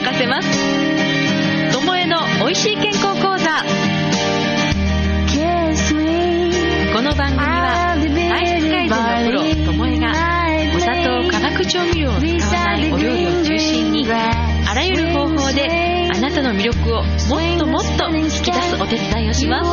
かせます。ともえのおいしい健康講座。この番組は体質改善のプロともえがお砂糖化学調味料を使わないお料理を中心にあらゆる方法であなたの魅力をもっともっと引き出すお手伝いをします。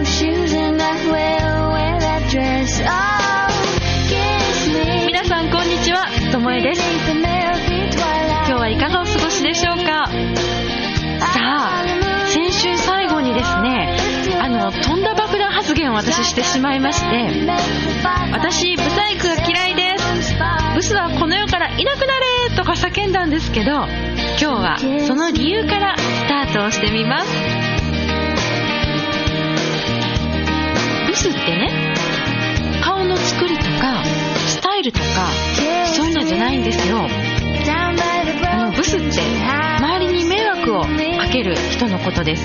皆さんこんにちは、ともえです。今日はいかがお過ごしでしょうか。さあ、先週最後にですね、とんだ爆弾発言を私してしまいまして、私ブサイクが嫌いです、ブスはこの世からいなくなれとか叫んだんですけど、今日はその理由からスタートをしてみます。ブスってね、顔の作りとかスタイルとかそういうのじゃないんですよ。ブスって周りに迷惑をかける人のことです。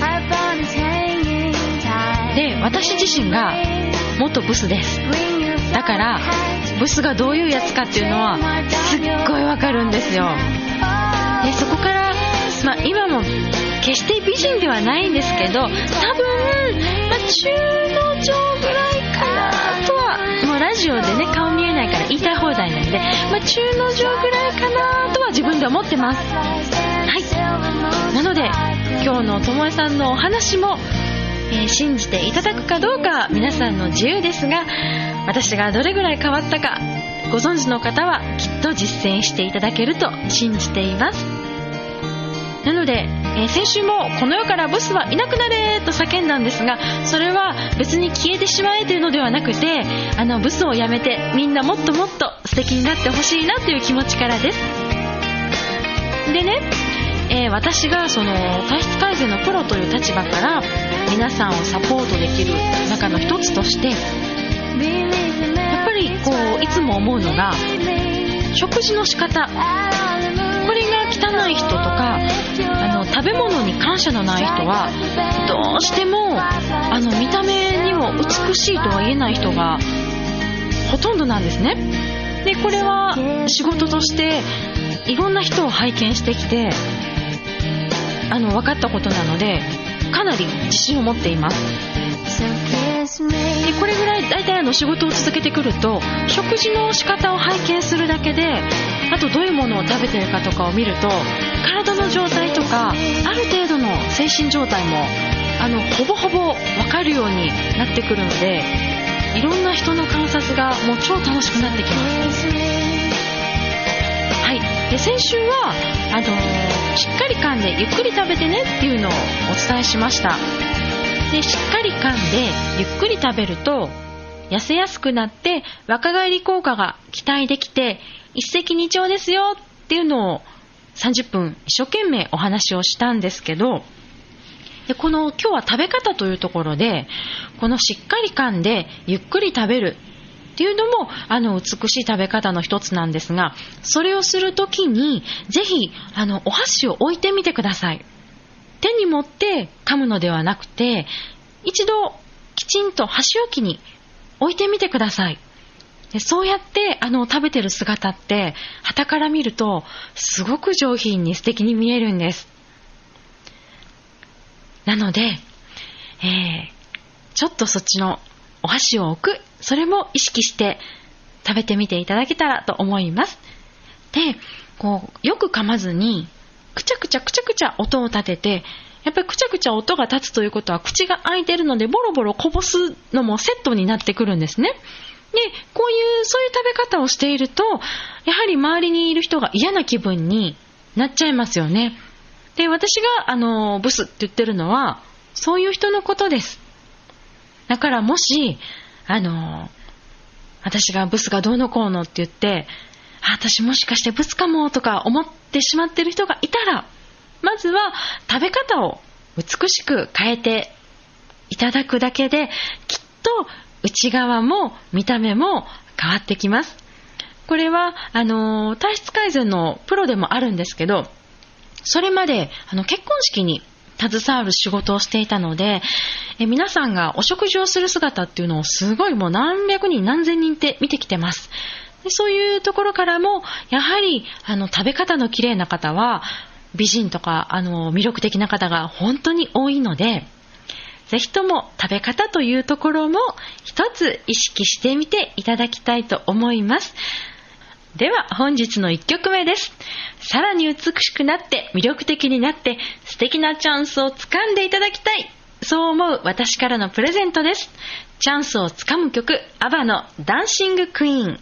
で、私自身が元ブスです。だからブスがどういうやつかっていうのはすっごいわかるんですよ。で、そこから、今も決して美人ではないんですけど、多分、中の上ぐらいかなとは、もうラジオでね、顔見えないから言いたい放題なんで、中の上ぐらいかなとは自分で思ってます。はい。なので今日のともえさんのお話も、信じていただくかどうかは皆さんの自由ですが、私がどれぐらい変わったかご存知の方はきっと実践していただけると信じています。なので、先週もこの世からブスはいなくなれと叫んだんですが、それは別に消えてしまえというのではなくて、ブスをやめてみんなもっともっと素敵になってほしいなという気持ちからです。でね、私がその体質改善のプロという立場から皆さんをサポートできる中の一つとして、やっぱりいつも思うのが食事の仕方。これが汚い人とか食べ物に感謝のない人はどうしても見た目にも美しいとは言えない人がほとんどなんですね。で、これは仕事としていろんな人を拝見してきて分かったことなので、かなり自信を持っています。で、これぐらいだいたい仕事を続けてくると食事の仕方を拝見するだけで、あとどういうものを食べてるかとかを見ると体の状態とかある程度の精神状態もほぼほぼ分かるようになってくるので、いろんな人の観察がもう超楽しくなってきます。はい。で、先週はしっかり噛んでゆっくり食べてねっていうのをお伝えしました。で、しっかり噛んでゆっくり食べると痩せやすくなって若返り効果が期待できて一石二鳥ですよっていうのを30分一生懸命お話をしたんですけど、で、今日は食べ方というところで、このしっかり噛んでゆっくり食べるっていうのも美しい食べ方の一つなんですが、それをするときにぜひお箸を置いてみてください。手に持って噛むのではなくて、一度きちんと箸置きに置いてみてください。で、そうやって食べてる姿って傍から見るとすごく上品に素敵に見えるんです。なので、ちょっとそっちのお箸を置く、それも意識して食べてみていただけたらと思います。で、よく噛まずにくちゃくちゃくちゃくちゃ音を立てて、やっぱりくちゃくちゃ音が立つということは口が開いてるのでボロボロこぼすのもセットになってくるんですね。で、そういう食べ方をしていると、やはり周りにいる人が嫌な気分になっちゃいますよね。で、私がブスって言ってるのはそういう人のことです。だからもし私がブスがどうのこうのって言って、私もしかしてブスかもとか思ってしまってる人がいたら、まずは食べ方を美しく変えていただくだけで、きっと内側も見た目も変わってきます。これは体質改善のプロでもあるんですけど、それまで結婚式に携わる仕事をしていたので、皆さんがお食事をする姿っていうのをすごいもう何百人何千人って見てきてます。で、そういうところからもやはり食べ方の綺麗な方は美人とか魅力的な方が本当に多いので、ぜひとも食べ方というところも一つ意識してみていただきたいと思います。では本日の1曲目です。さらに美しくなって魅力的になって素敵なチャンスをつかんでいただきたい、そう思う私からのプレゼントです。チャンスをつかむ曲、アバのダンシングクイーン。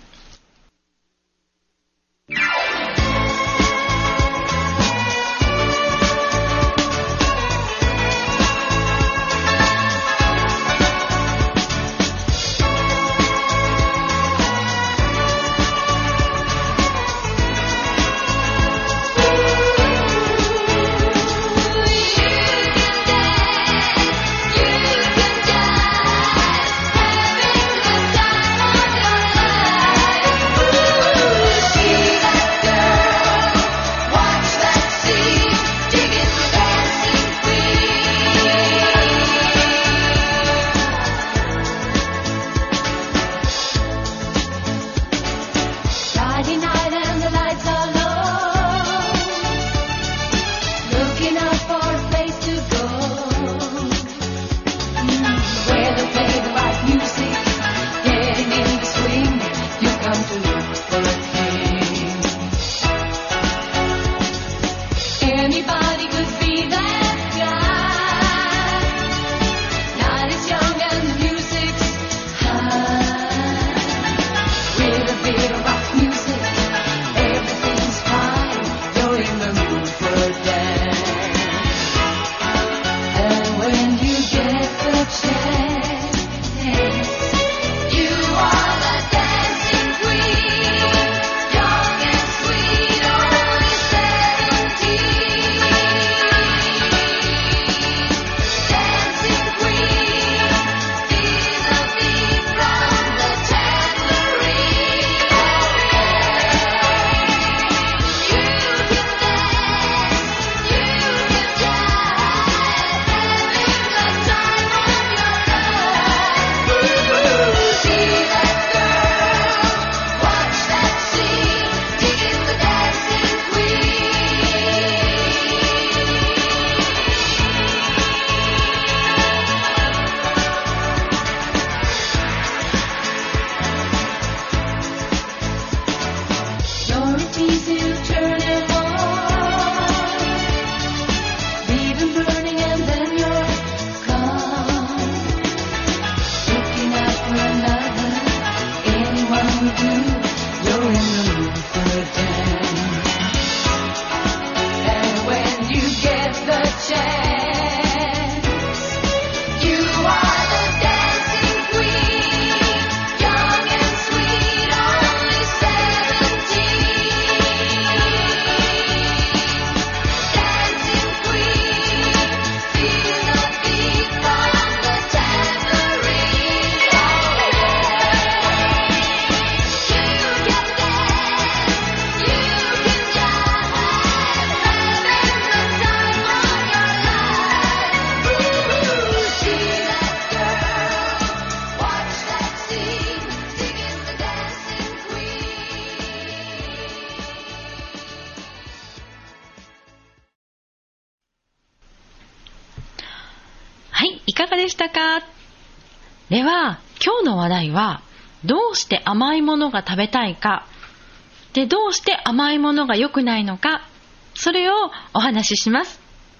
いかがでしたか？では今日の話題は、どうして甘いものが食べたいかで、どうして甘いものが良くないのか、それをお話しします。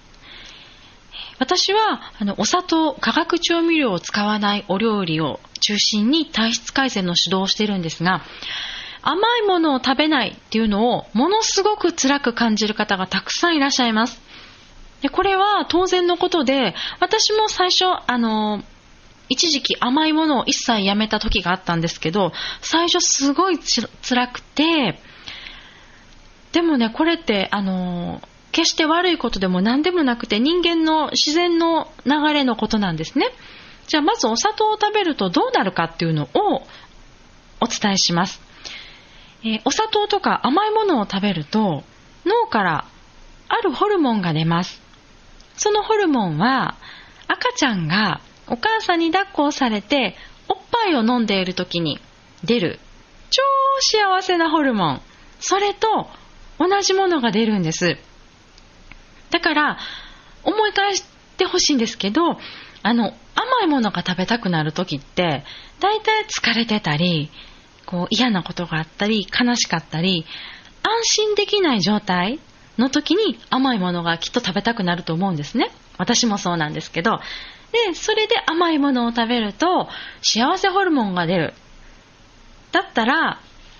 私はお砂糖、化学調味料を使わないお料理を中心に体質改善の指導をしているんですが、甘いものを食べないっていうのをものすごく辛く感じる方がたくさんいらっしゃいます。でこれは当然のことで、私も最初一時期甘いものを一切やめた時があったんですけど、最初すごい辛くて、でもね、これって決して悪いことでも何でもなくて、人間の自然の流れのことなんですね。じゃあまずお砂糖を食べるとどうなるかっていうのをお伝えします。お砂糖とか甘いものを食べると脳からあるホルモンが出ます。そのホルモンは赤ちゃんがお母さんに抱っこをされておっぱいを飲んでいる時に出る超幸せなホルモン、それと同じものが出るんです。 だから思い返してほしいんですけど、甘いものが食べたくなる時ってだいたい疲れてたり、嫌なことがあったり悲しかったり、安心できない状態の時に甘いものがきっと食べたくなると思うんですね。私もそうなんですけど、でそれで甘いものを食べると幸せホルモンが出る。だったら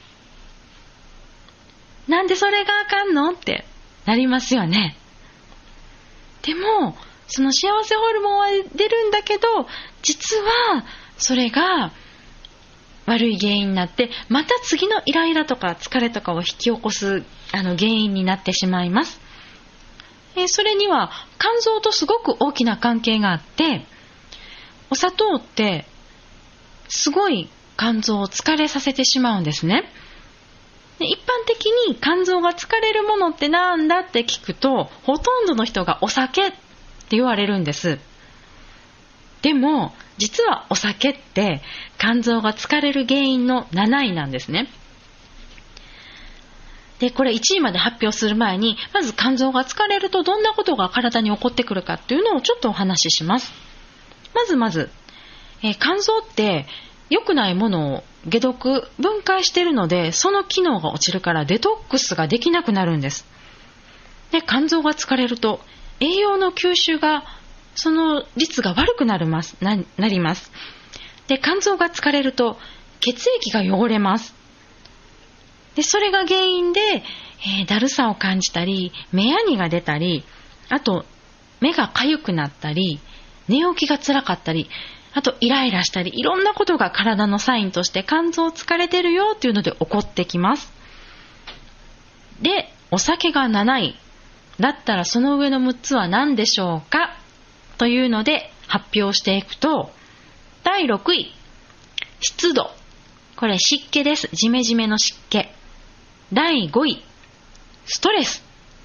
なんでそれがあかんのってなりますよね。でもその幸せホルモンは出るんだけど、実はそれが悪い原因になってまた次のイライラとか疲れとかを引き起こす原因になってしまいます。それには肝臓とすごく大きな関係があって、お砂糖ってすごい肝臓を疲れさせてしまうんですね。で一般的に肝臓が疲れるものってなんだって聞くと、ほとんどの人がお酒って言われるんです。でも実はお酒って肝臓が疲れる原因の7位なんですね。でこれ1位まで発表する前に、まず肝臓が疲れるとどんなことが体に起こってくるかっていうのをちょっとお話しします。まず、肝臓って良くないものを解毒分解しているので、その機能が落ちるからデトックスができなくなるんです。で肝臓が疲れると栄養の吸収がその率が悪くなります。で肝臓が疲れると血液が汚れます。でそれが原因で、だるさを感じたり目やにが出たり、あと目が痒くなったり寝起きが辛かったり、あとイライラしたり、いろんなことが体のサインとして肝臓疲れてるよっていうので起こってきます。でお酒が7位だったらその上の6つは何でしょうかというので発表していくと、第6位湿度、これ湿気です。ジメジメの湿気。第5位ストレス。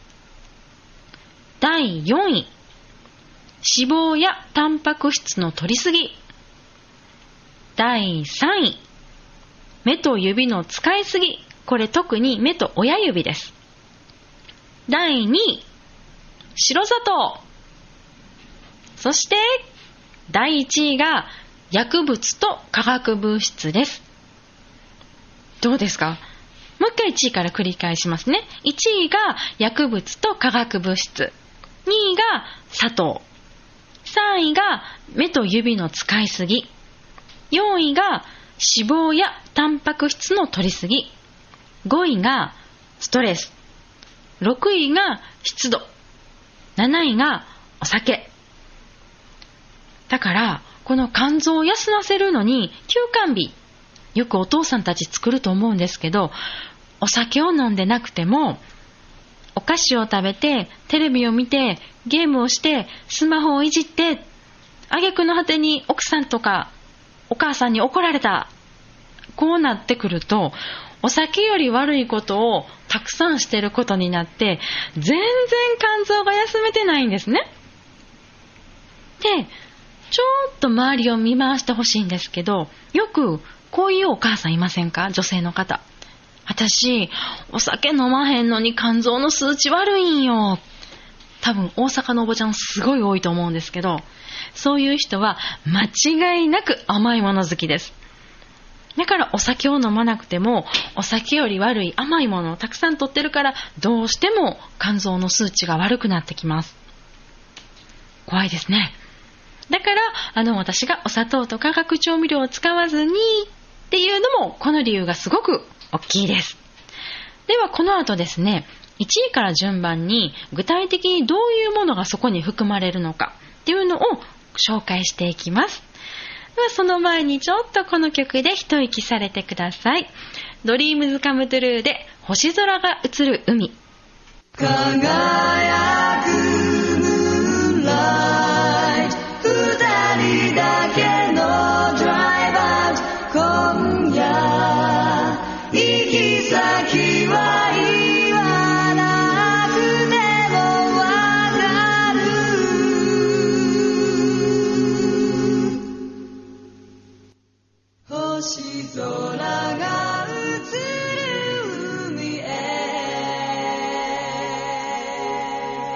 第4位脂肪やタンパク質の摂りすぎ。第3位目と指の使いすぎ。これ特に目と親指です。第2位白砂糖。そして第1位が薬物と化学物質です。どうですか？もう一回1位から繰り返しますね。1位が薬物と化学物質、2位が砂糖、3位が目と指の使いすぎ、4位が脂肪やタンパク質の摂りすぎ、5位がストレス、6位が湿度、7位がお酒。だからこの肝臓を休ませるのに休肝日、よくお父さんたち作ると思うんですけど、お酒を飲んでなくてもお菓子を食べてテレビを見てゲームをしてスマホをいじって、挙句の果てに奥さんとかお母さんに怒られた、こうなってくるとお酒より悪いことをたくさんしてることになって、全然肝臓が休めてないんですね。でちょっと周りを見回してほしいんですけど、よくこういうお母さんいませんか？女性の方。私お酒飲まへんのに肝臓の数値悪いんよ。多分大阪のおばちゃんすごい多いと思うんですけど、そういう人は間違いなく甘いもの好きです。だからお酒を飲まなくてもお酒より悪い甘いものをたくさん取ってるから、どうしても肝臓の数値が悪くなってきます。怖いですね。だから私がお砂糖と化学調味料を使わずにっていうのもこの理由がすごく大きいです。ではこの後ですね、1位から順番に具体的にどういうものがそこに含まれるのかっていうのを紹介していきます。ではその前にちょっとこの曲で一息されてください。ドリームズカムトゥルーで星空が映る海。輝くムーンライト、二人だけのドライバー、今夜行き先は言わなくてもわかる。星空が映る海へ。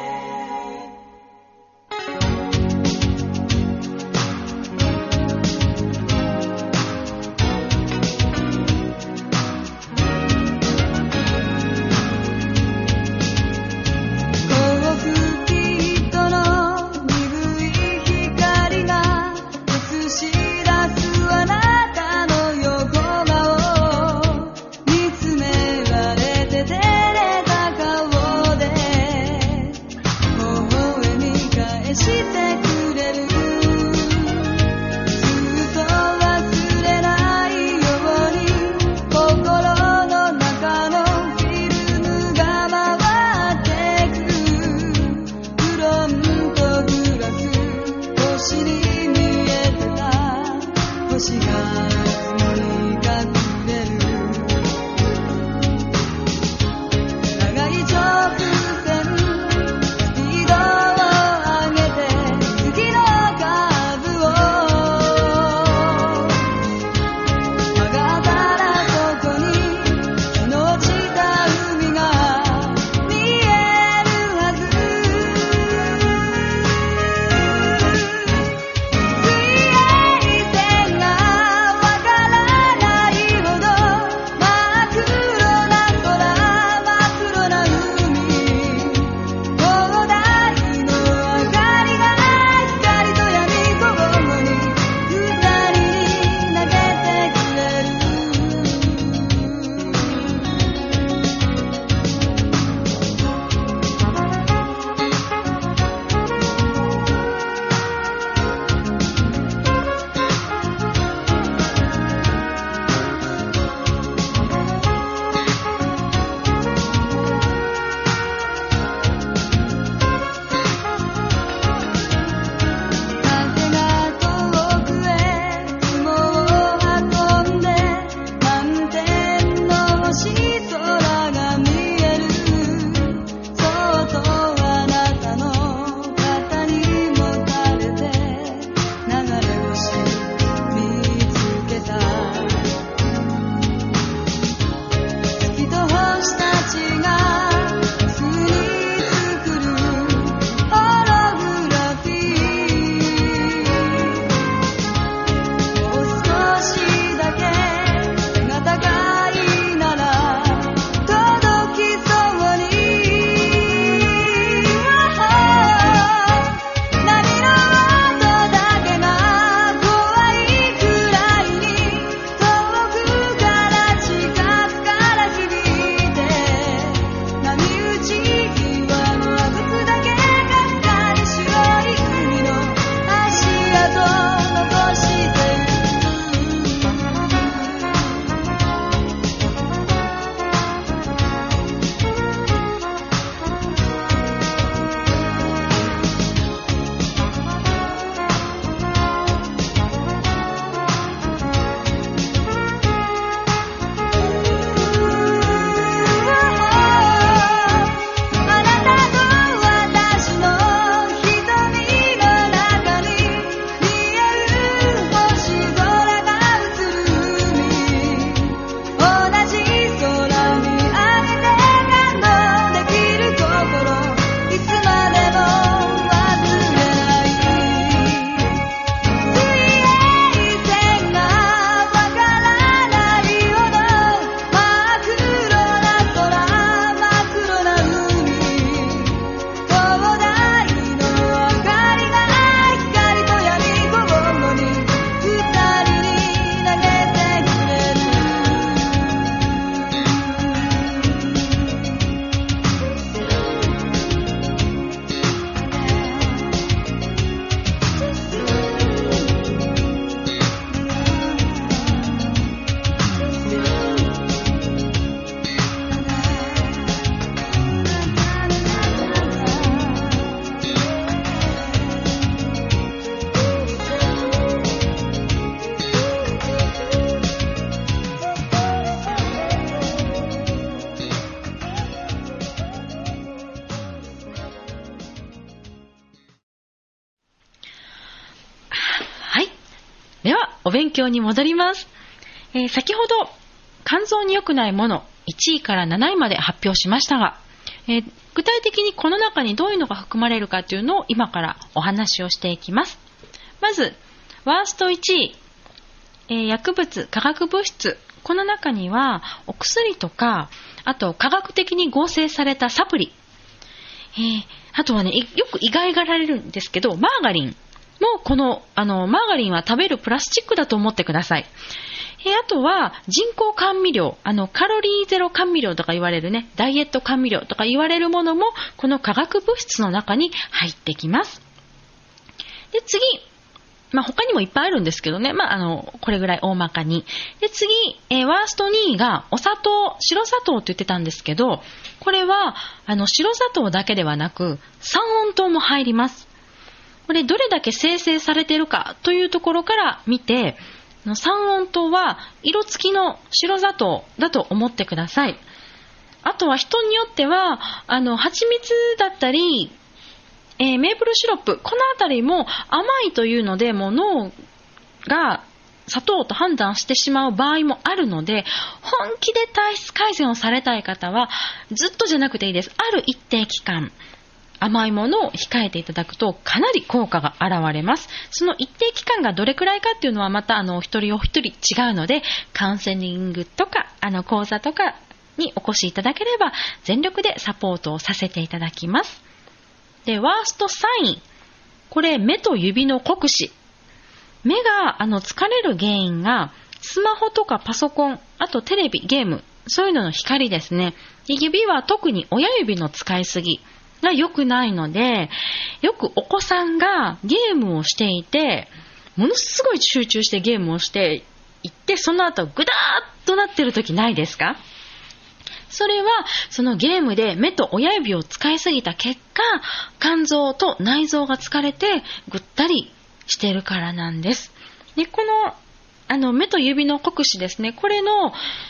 お勉強に戻ります。先ほど肝臓に良くないもの1位から7位まで発表しましたが、具体的にこの中にどういうのが含まれるかというのを今からお話をしていきます。まずワースト1位、薬物化学物質。この中にはお薬とか、あと科学的に合成されたサプリ、あとはね、よく意外がられるんですけど、マーガリンもマーガリンは食べるプラスチックだと思ってください。あとは人工甘味料、カロリーゼロ甘味料とか言われるね、ダイエット甘味料とか言われるものもこの化学物質の中に入ってきます。で、次、他にもいっぱいあるんですけどね、これぐらい大まかに。で、次、ワースト2位がお砂糖、白砂糖って言ってたんですけど、これは白砂糖だけではなく三温糖も入ります。これどれだけ生成されているかというところから見て、三温糖は色付きの白砂糖だと思ってください。あとは人によっては蜂蜜だったり、メープルシロップ、このあたりも甘いというので、もう脳が砂糖と判断してしまう場合もあるので、本気で体質改善をされたい方はずっとじゃなくていいです。ある一定期間甘いものを控えていただくとかなり効果が現れます。その一定期間がどれくらいかっていうのはまた一人お一人違うので、カウンセリングとか講座とかにお越しいただければ全力でサポートをさせていただきます。で、ワースト3位。これ、目と指の酷使。目が疲れる原因が、スマホとかパソコン、あとテレビ、ゲーム、そういうのの光ですね。で、指は特に親指の使いすぎが良くないので、よくお子さんがゲームをしていて、ものすごい集中してゲームをしていって、その後グダーッとなってる時ないですか？それはそのゲームで目と親指を使いすぎた結果、肝臓と内臓が疲れてぐったりしているからなんです。で、この目と指の酷使ですね、これの、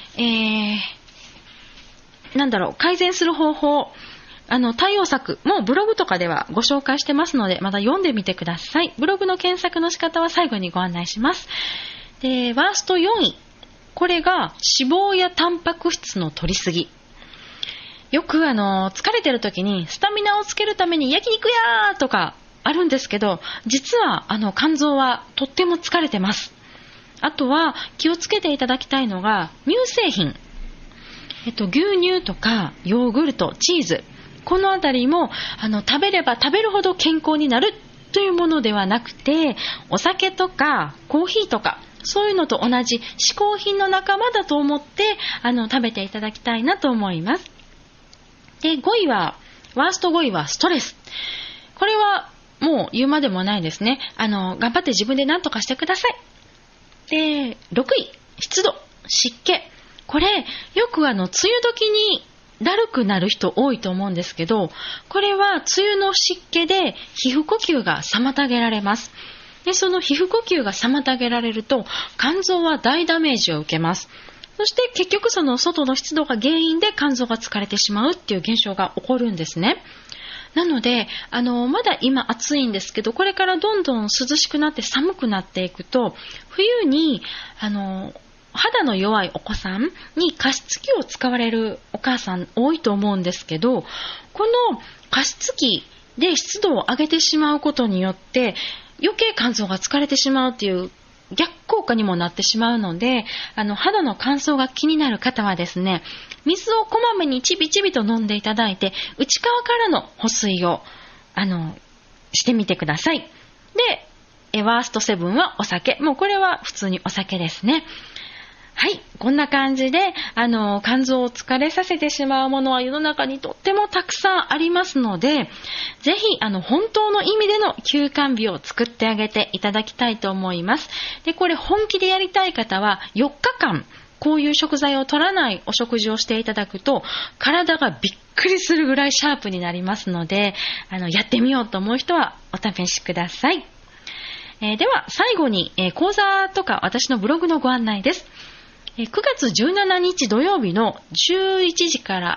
改善する方法、対応策もブログとかではご紹介してますので、また読んでみてください。ブログの検索の仕方は最後にご案内します。で、ワースト4位。これが脂肪やタンパク質の摂りすぎ。よく疲れてる時にスタミナをつけるために焼肉やーとかあるんですけど、実は肝臓はとっても疲れてます。あとは気をつけていただきたいのが乳製品、牛乳とかヨーグルト、チーズ、このあたりも食べれば食べるほど健康になるというものではなくて、お酒とかコーヒーとかそういうのと同じ嗜好品の仲間だと思って食べていただきたいなと思います。で、ワースト5位はストレス。これはもう言うまでもないですね。頑張って自分で何とかしてください。で、6位、湿度、湿気。これよく梅雨時にだるくなる人多いと思うんですけど、これは梅雨の湿気で皮膚呼吸が妨げられます。で、その皮膚呼吸が妨げられると肝臓は大ダメージを受けます。そして結局その外の湿度が原因で肝臓が疲れてしまうっていう現象が起こるんですね。なのでまだ今暑いんですけど、これからどんどん涼しくなって寒くなっていくと、冬に肌の弱いお子さんに加湿器を使われるお母さん多いと思うんですけど、この加湿器で湿度を上げてしまうことによって余計肝臓が疲れてしまうという逆効果にもなってしまうので、肌の乾燥が気になる方はですね、水をこまめにちびちびと飲んでいただいて、内側からの保水をしてみてください。で、ワースト7はお酒。もうこれは普通にお酒ですね。はい、こんな感じで肝臓を疲れさせてしまうものは世の中にとってもたくさんありますので、ぜひ本当の意味での休肝日を作ってあげていただきたいと思います。で、これ本気でやりたい方は4日間こういう食材を取らないお食事をしていただくと、体がびっくりするぐらいシャープになりますので、やってみようと思う人はお試しください。では最後に、講座とか私のブログのご案内です。9月17日土曜日の10時から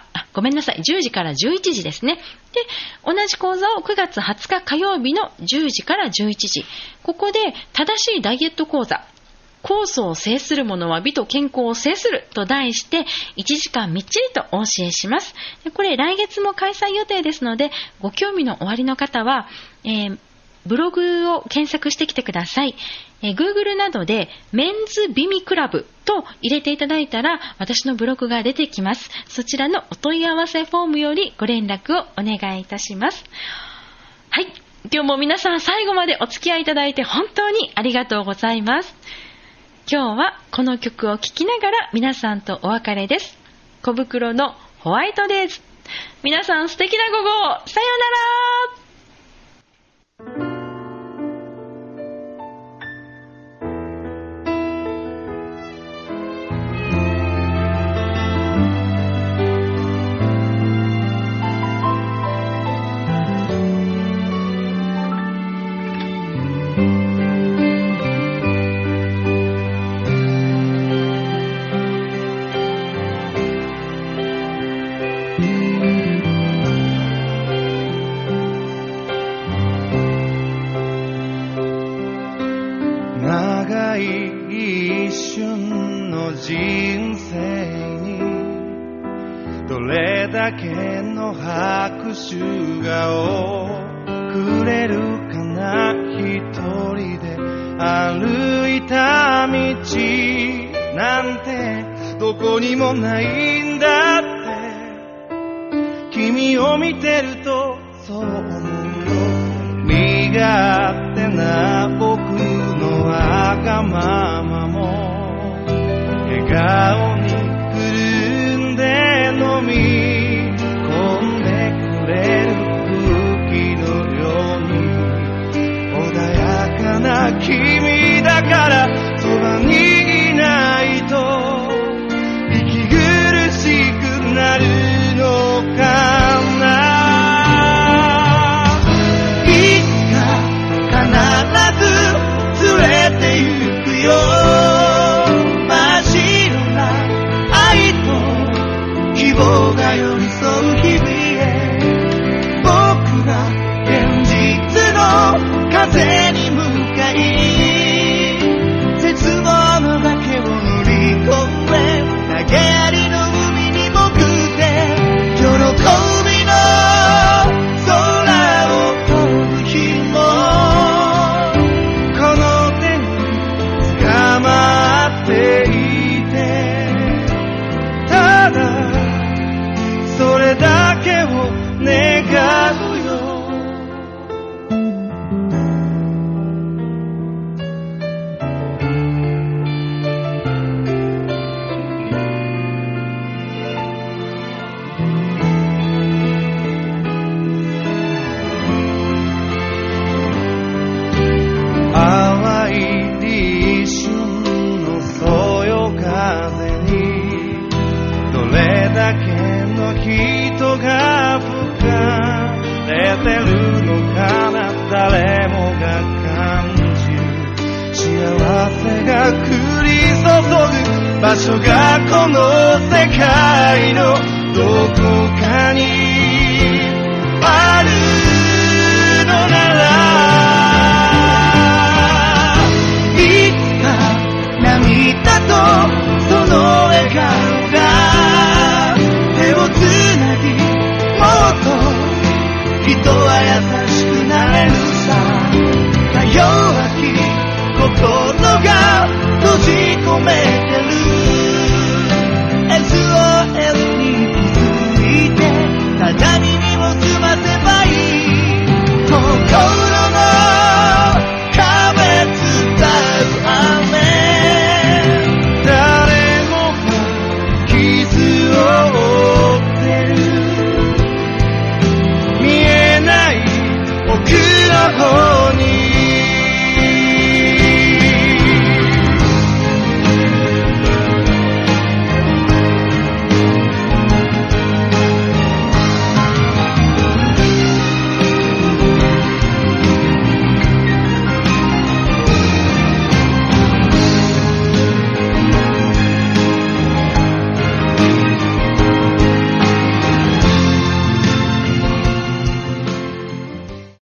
11時ですね。で、同じ講座を9月20日火曜日の10時から11時。ここで正しいダイエット講座。 酵素を制する者は美と健康を制すると題して1時間みっちりとお教えします。これ来月も開催予定ですので、ご興味のおありの方は、ブログを検索してきてください。Google などでメンズ美味クラブと入れていただいたら私のブログが出てきます。そちらのお問い合わせフォームよりご連絡をお願いいたします。はい、今日も皆さん最後までお付き合いいただいて本当にありがとうございます。今日はこの曲を聴きながら皆さんとお別れです。小袋のホワイトデイズ。皆さん素敵な午後を。さようなら。 長い一瞬の人生にどれだけの拍手が遅れるかな。一人で歩いた道なんてどこにもないんだって。君を見てるとそう思うよ。身勝手な僕のわがままも笑顔にくるんで飲み込んでくれる空気のように穏やかな君だからそばにいないと息苦しくなるのかな。連れて行くよ真っ白な愛と希望が寄り添う日々へ。僕が現実の風に向かい絶望の崖を乗り越え投げやりの海に潜って喜びの空を飛ぶ日も待っていて、ただそれだけを願うよ。淡い一瞬そよ風にどれだけの人が吹かれてるのかな。誰もが感じる幸せが降り注ぐ場所がこの世界のどこかに